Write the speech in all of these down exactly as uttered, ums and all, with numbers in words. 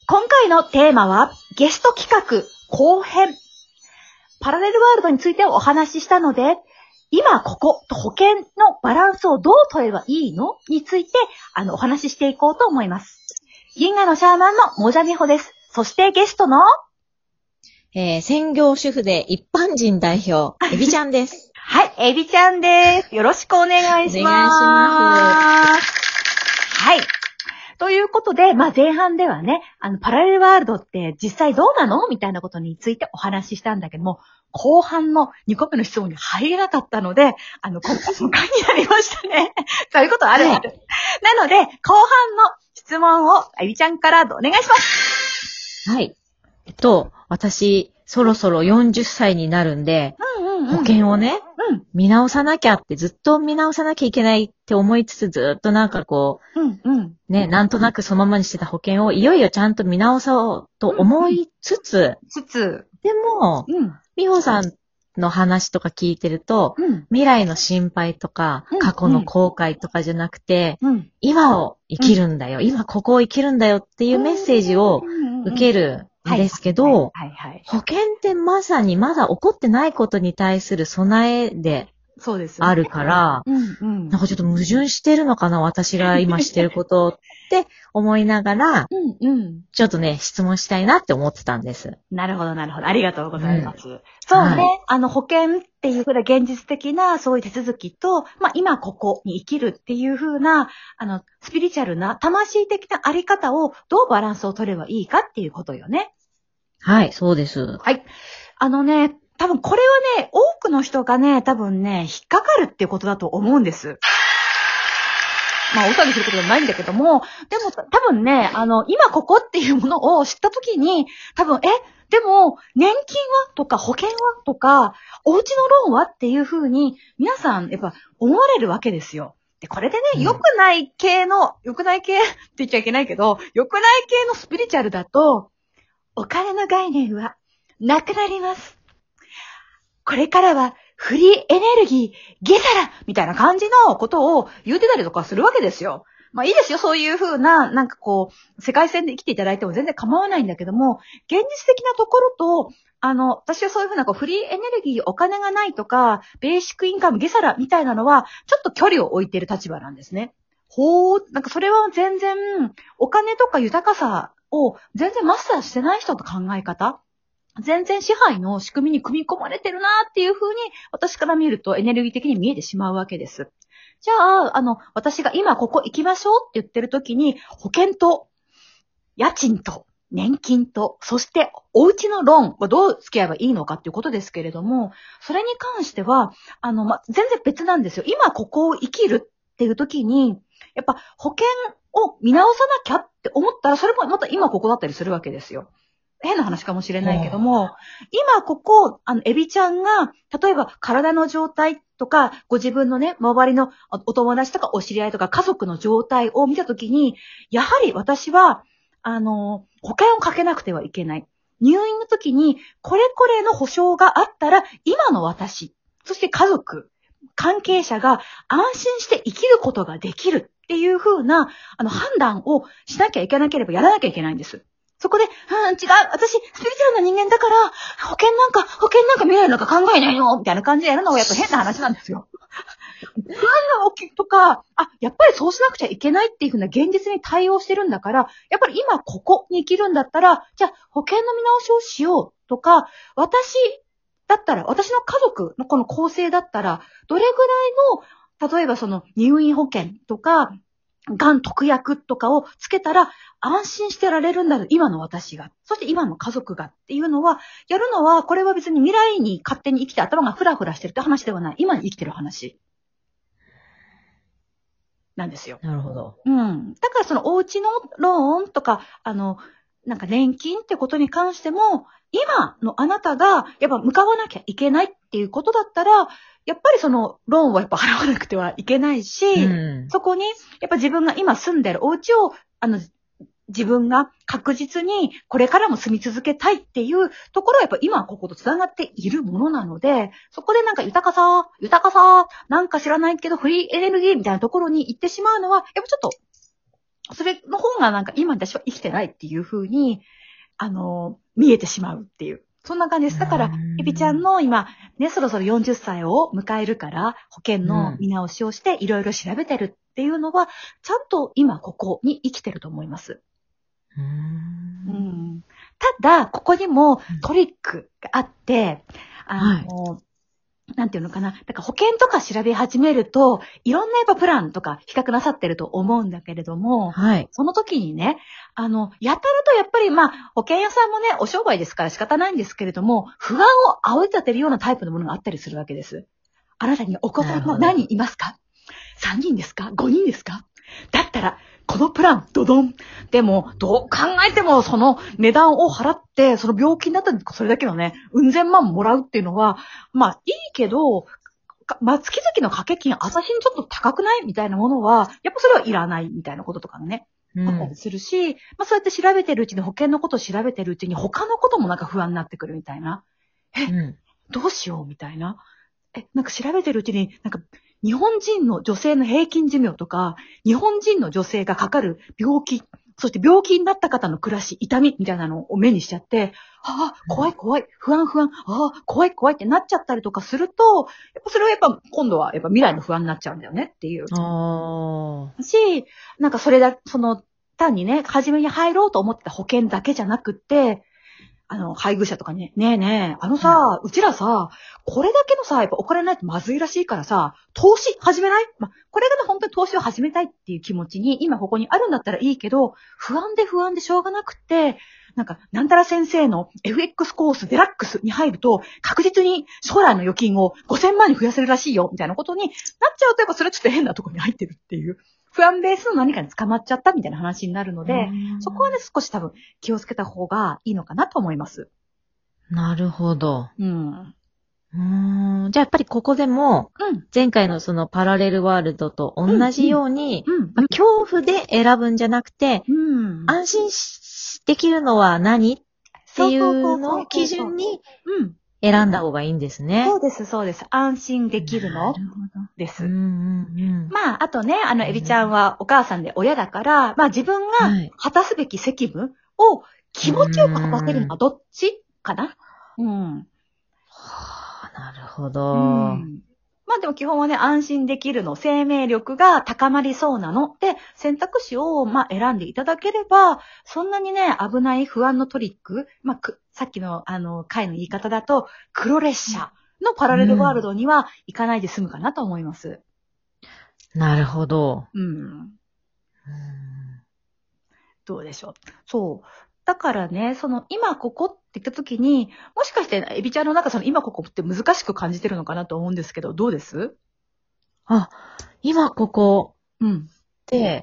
今回のテーマはゲスト企画後編。パラレルワールドについてお話ししたので、今ここと保険のバランスをどう取ればいいのについてあのお話ししていこうと思います。銀河のシャーマンのモジャミホです。そしてゲストの、 えー、専業主婦で一般人代表、エビちゃんです。 はい、エビちゃんです。よろしくお願いします。お願いします。はい。ということで、まあ前半ではね、あの、パラレルワールドって実際どうなのみたいなことについてお話ししたんだけども、後半のにこめの質問に入れなかったので、あの、今回の回になりましたね。そういうことある、はい、なので、後半の質問を、エビちゃんからお願いします。 はい。えっと、私、そろそろよんじゅっさいになるんで、うんうんうん、保険をね、うん、見直さなきゃってずっと見直さなきゃいけないって思いつつずっとなんかこう、うんうん、ね、なんとなくそのままにしてた保険をいよいよちゃんと見直そうと思いつつ、 つつ、 でも、うん、美穂さんの話とか聞いてると、うん、未来の心配とか、うん、過去の後悔とかじゃなくて、うん、今を生きるんだよ、うん、今ここを生きるんだよっていうメッセージを受けるんですけど、保険ってまさにまだ起こってないことに対する備えであるから、うんうん、なんかちょっと矛盾してるのかな、私が今してることって思いながら、うんうん、ちょっとね、質問したいなって思ってたんです。 なるほど、なるほど。ありがとうございます。うん、そうね、はい、あの保険っていうふうな現実的なそういう手続きと、まあ今ここに生きるっていうふうな、あの、スピリチュアルな魂的なあり方をどうバランスを取ればいいかっていうことよね。 はい、そうです。 はい。あのね、多分これはね、多くの人がね、多分ね、引っかかるっていうことだと思うんです。まあ、お騒ぎすることじゃないんだけども、でも多分ね、あの、今ここっていうものを知ったときに、多分、え、でも、年金はとか保険はとか、お家のローンはっていうふうに、皆さん、やっぱ思われるわけですよ。で、これでね、良、うん、くない系の、良くない系って言っちゃいけないけど、良くない系のスピリチュアルだと、お金の概念はなくなります。これからはフリーエネルギー、ゲサラみたいな感じのことを言うてたりとかするわけですよ。まあいいですよ、そういう風な、なんかこう、世界線で生きていただいても全然構わないんだけども、現実的なところと、あの、私はそういう風なこうフリーエネルギー、お金がないとか、ベーシックインカム、ゲサラみたいなのは、ちょっと距離を置いている立場なんですね。ほー、なんかそれは全然、お金とか豊かさを全然マスターしてない人の考え方、全然支配の仕組みに組み込まれてるなっていう風に私から見るとエネルギー的に見えてしまうわけです。じゃあ、あの、私が今ここ行きましょうって言ってる時に保険と家賃と年金と、そしてお家のローンはどう付き合えばいいのかっていうことですけれども、それに関しては、あの、ま、全然別なんですよ。今ここを生きるっていう時に、やっぱ保険を見直さなきゃって思ったら、それもまた今ここだったりするわけですよ。変な話かもしれないけども、今ここ、あの、エビちゃんが、例えば体の状態とか、ご自分のね、周りのお友達とかお知り合いとか家族の状態を見たときに、やはり私は、あの、保険をかけなくてはいけない。入院の時に、これこれの保証があったら、今の私、そして家族、関係者が安心して生きることができるっていう風な、あの、判断をしなきゃいけなければやらなきゃいけないんです。そこで、うん、違う、私、スピリチュアルな人間だから、保険なんか、保険なんか未来なんか考えないのみたいな感じでやるのがやっぱ変な話なんですよ。不安が起きるとか、あ、やっぱりそうしなくちゃいけないっていうふうな現実に対応してるんだから、やっぱり今ここに生きるんだったら、じゃあ保険の見直しをしようとか、私だったら、私の家族のこの構成だったら、どれぐらいの、例えばその入院保険とか、がん特約とかをつけたら安心してられるんだ、今の私が。そして今の家族がっていうのは、やるのは、これは別に未来に勝手に生きて頭がフラフラしてるって話ではない。今に生きてる話。なんですよ。 なるほど。 うん。だからそのお家のローンとか、あの、なんか年金ってことに関しても、今のあなたがやっぱ向かわなきゃいけないっていうことだったら、やっぱりそのローンはやっぱ払わなくてはいけないし、うん、そこにやっぱ自分が今住んでるお家を、あの、自分が確実にこれからも住み続けたいっていうところはやっぱ今ここと繋がっているものなので、そこでなんか豊かさ、豊かさ、なんか知らないけどフリーエネルギーみたいなところに行ってしまうのは、やっぱちょっとそれの方がなんか今私は生きてないっていう風に、あの、見えてしまうっていう。そんな感じです。だから、エビちゃんの今、ね、そろそろよんじゅっさいを迎えるから、保険の見直しをしていろいろ調べてるっていうのは、ちゃんと今ここに生きてると思います。 うーんうん、ただ、ここにもトリックがあって、あの、はい、なんていうのかな。だから保険とか調べ始めると、いろんなやっぱプランとか比較なさってると思うんだけれども、はい、その時にね、あの、やたらとやっぱりまあ、保険屋さんもね、お商売ですから仕方ないんですけれども、不安を煽り立てるようなタイプのものがあったりするわけです。あなたにお子さんは何人いますか ?さん 人ですか ?ご 人ですかだったら、このプラン、ドドン。でも、どう考えても、その値段を払って、その病気になったらそれだけのね、うん千万もらうっていうのは、まあ、いいけど、まあ、月々の掛け金、私にちょっと高くないみたいなものは、やっぱそれはいらないみたいなこととかね、うん、あったりするし、まあ、そうやって調べてるうちに、保険のことを調べてるうちに、他のこともなんか不安になってくるみたいな。え、うん、どうしようみたいな。え、なんか調べてるうちに、なんか、日本人の女性の平均寿命とか、日本人の女性がかかる病気、そして病気になった方の暮らし、痛みみたいなのを目にしちゃって、ああ、怖い怖い、不安不安、ああ、怖い怖いってなっちゃったりとかすると、やっぱそれはやっぱ今度はやっぱ未来の不安になっちゃうんだよねっていう。ああ。し、なんかそれだ、その、単にね、初めに入ろうと思ってた保険だけじゃなくって、あの、配偶者とかにね、ねえねえ、あのさ、うん、うちらさ、これだけのさ、やっぱお金ないとまずいらしいからさ、投資始めないま、これがね、本当に投資を始めたいっていう気持ちに、今ここにあるんだったらいいけど、不安で不安でしょうがなくって、なんか、なんたら先生の エフエックス コースデラックスに入ると、確実に将来の預金をごせんまんに増やせるらしいよ、みたいなことになっちゃうと、やっぱそれちょっと変なところに入ってるっていう。不安ベースの何かに捕まっちゃったみたいな話になるので、そこはね、少し多分気をつけた方がいいのかなと思います。 なるほど。 うん。 うーん。じゃあやっぱりここでも、うん、前回のそのパラレルワールドと同じように、うんうんうんまあ、恐怖で選ぶんじゃなくて、うん、安心できるのは何っていうのを基準に選んだ方がいいんですね。 そうです、そうです。安心できるのです。うんうんうん、まあ、あとね、あの、エビちゃんはお母さんで親だから、まあ自分が果たすべき責務を気持ちよく果たせるのはどっちかなうん。 はあ、なるほど。 うん。まあでも基本はね、安心できるの、生命力が高まりそうなので、選択肢をまあ選んでいただければ、そんなにね、危ない不安のトリック、まあく、さっきのあの、回の言い方だと、黒列車のパラレルワールドには行かないで済むかなと思います。 うん、なるほど。 うん。うんどうでしょう。そう。だからね、その今ここって言った時に、もしかしてエビちゃんの中その今ここって難しく感じてるのかなと思うんですけど、どうです？ あ、今ここって、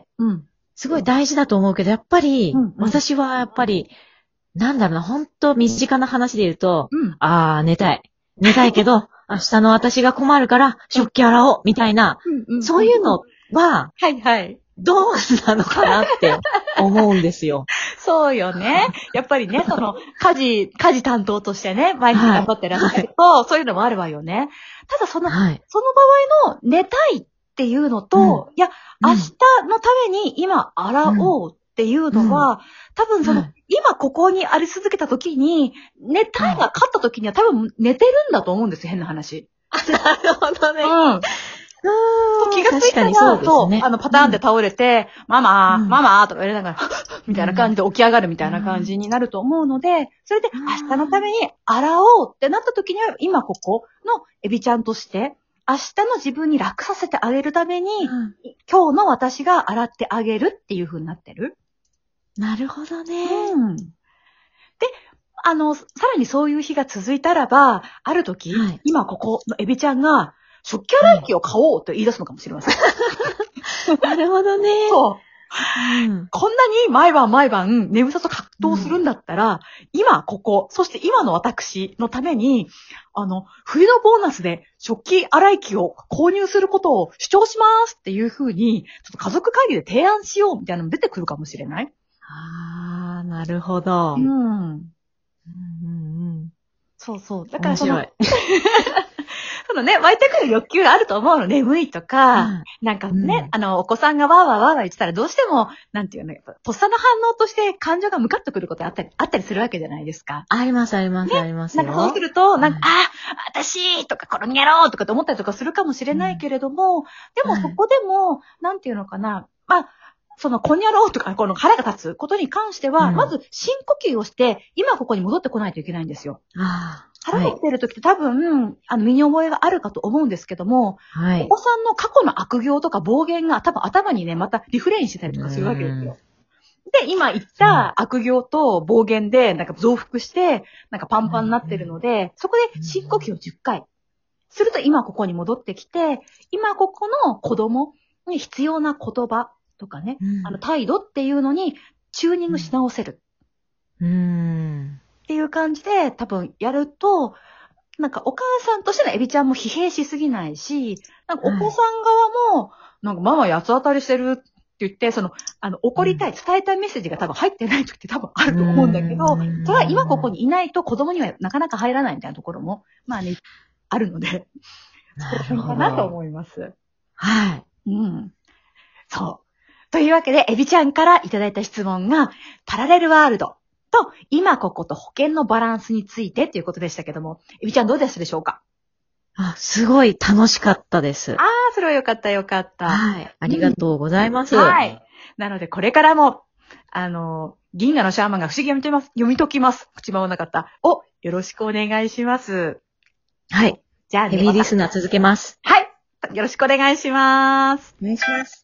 うん、すごい大事だと思うけど、やっぱり、うんうん、私はやっぱり、なんだろうな、本当身近な話で言うと、うん、あー、寝たい。寝たいけど、明日の私が困るから、食器洗おう、みたいな、うんうん、そういうのは、はいはい。どうなのかなって思うんですよ。 そうよね。やっぱりね、その、家事、家事担当としてね、毎日頑張ってらっしゃると、はい、そういうのもあるわよね。ただその、はい、その場合の寝たいっていうのと、うん、いや、明日のために今洗おうっていうのは、うん、多分その、はい、今ここにあり続けた時に、寝たいが勝った時には多分寝てるんだと思うんですよ、変な話。 なるほどね。 うん。気がついたら、そう、ね、そう、あの、パターンで倒れて、うん、ママ、ママとか言われながら、みたいな感じで起き上がるみたいな感じになると思うので、それで明日のために洗おうってなった時には、今ここのエビちゃんとして、明日の自分に楽させてあげるために、うん、今日の私が洗ってあげるっていう風になってる。 なるほどね。 うん。で、あの、さらにそういう日が続いたらば、ある時、はい、今ここのエビちゃんが、食器洗い機を買おうと言い出すのかもしれません。 なるほどね。 そう、うん。こんなに毎晩毎晩眠さと葛藤するんだったら、うん、今ここ、そして今の私のために、あの、冬のボーナスで食器洗い機を購入することを主張しますっていう風に、ちょっと家族会議で提案しようみたいなの出てくるかもしれない？ あー、なるほど。 うん。うんうんうん。そうそう。だからその、 そのね、湧いてくる欲求があると思うの。眠いとか、うん、なんかね、うん、あの、お子さんがわーわーわーわー言ってたらどうしても、なんていうの、やっぱ、とっさの反応として感情が向かってくることあったり、あったりするわけじゃないですか。 あります、あります、ね、ありますよ。 なんかそうすると、なんか、うん、あ、私とか、この野郎とかと思ったりとかするかもしれないけれども、うん、でもそこでも、なんていうのかな、まあ、その、こんにゃろうとか、この腹が立つことに関しては、うん、まず深呼吸をして、今ここに戻ってこないといけないんですよ。 あ腹が来てる時って多分、あの、身に覚えがあるかと思うんですけども、 はい、 お子さんの過去の悪行とか暴言が多分頭にね、またリフレインしてたりとかするわけですよ。で、今言った悪行と暴言で、なんか増幅して、なんかパンパンになってるので、そこで深呼吸をじゅっかい。すると今ここに戻ってきて、今ここの子供に必要な言葉とかね、うん、あの態度っていうのにチューニングし直せる。 うーん。 っていう感じで多分やると、なんかお母さんとしてのエビちゃんも疲弊しすぎないし、なんかお子さん側も、なんかママ八つ当たりしてるって言って、その、あの、怒りたい、伝えたいメッセージが多分入ってない時って多分あると思うんだけど、それは今ここにいないと子供にはなかなか入らないみたいなところも、まあね、あるので、そこかなと思います。 はい。 うん。そう。というわけで、エビちゃんからいただいた質問が、パラレルワールドと、今ここと保険のバランスについてということでしたけども、エビちゃんどうでしたでしょうか？ あ、すごい楽しかったです。 ああ、それはよかったよかった。 はい。ありがとうございます。 うん、はい。なので、これからも、あの、銀河のシャーマンが不思議読み解きます。読み解きます。口回らなかった。を、よろしくお願いします。 はい。 じゃあね。 ヘビーリスナー続けます。 はい。よろしくお願いします。 お願いします。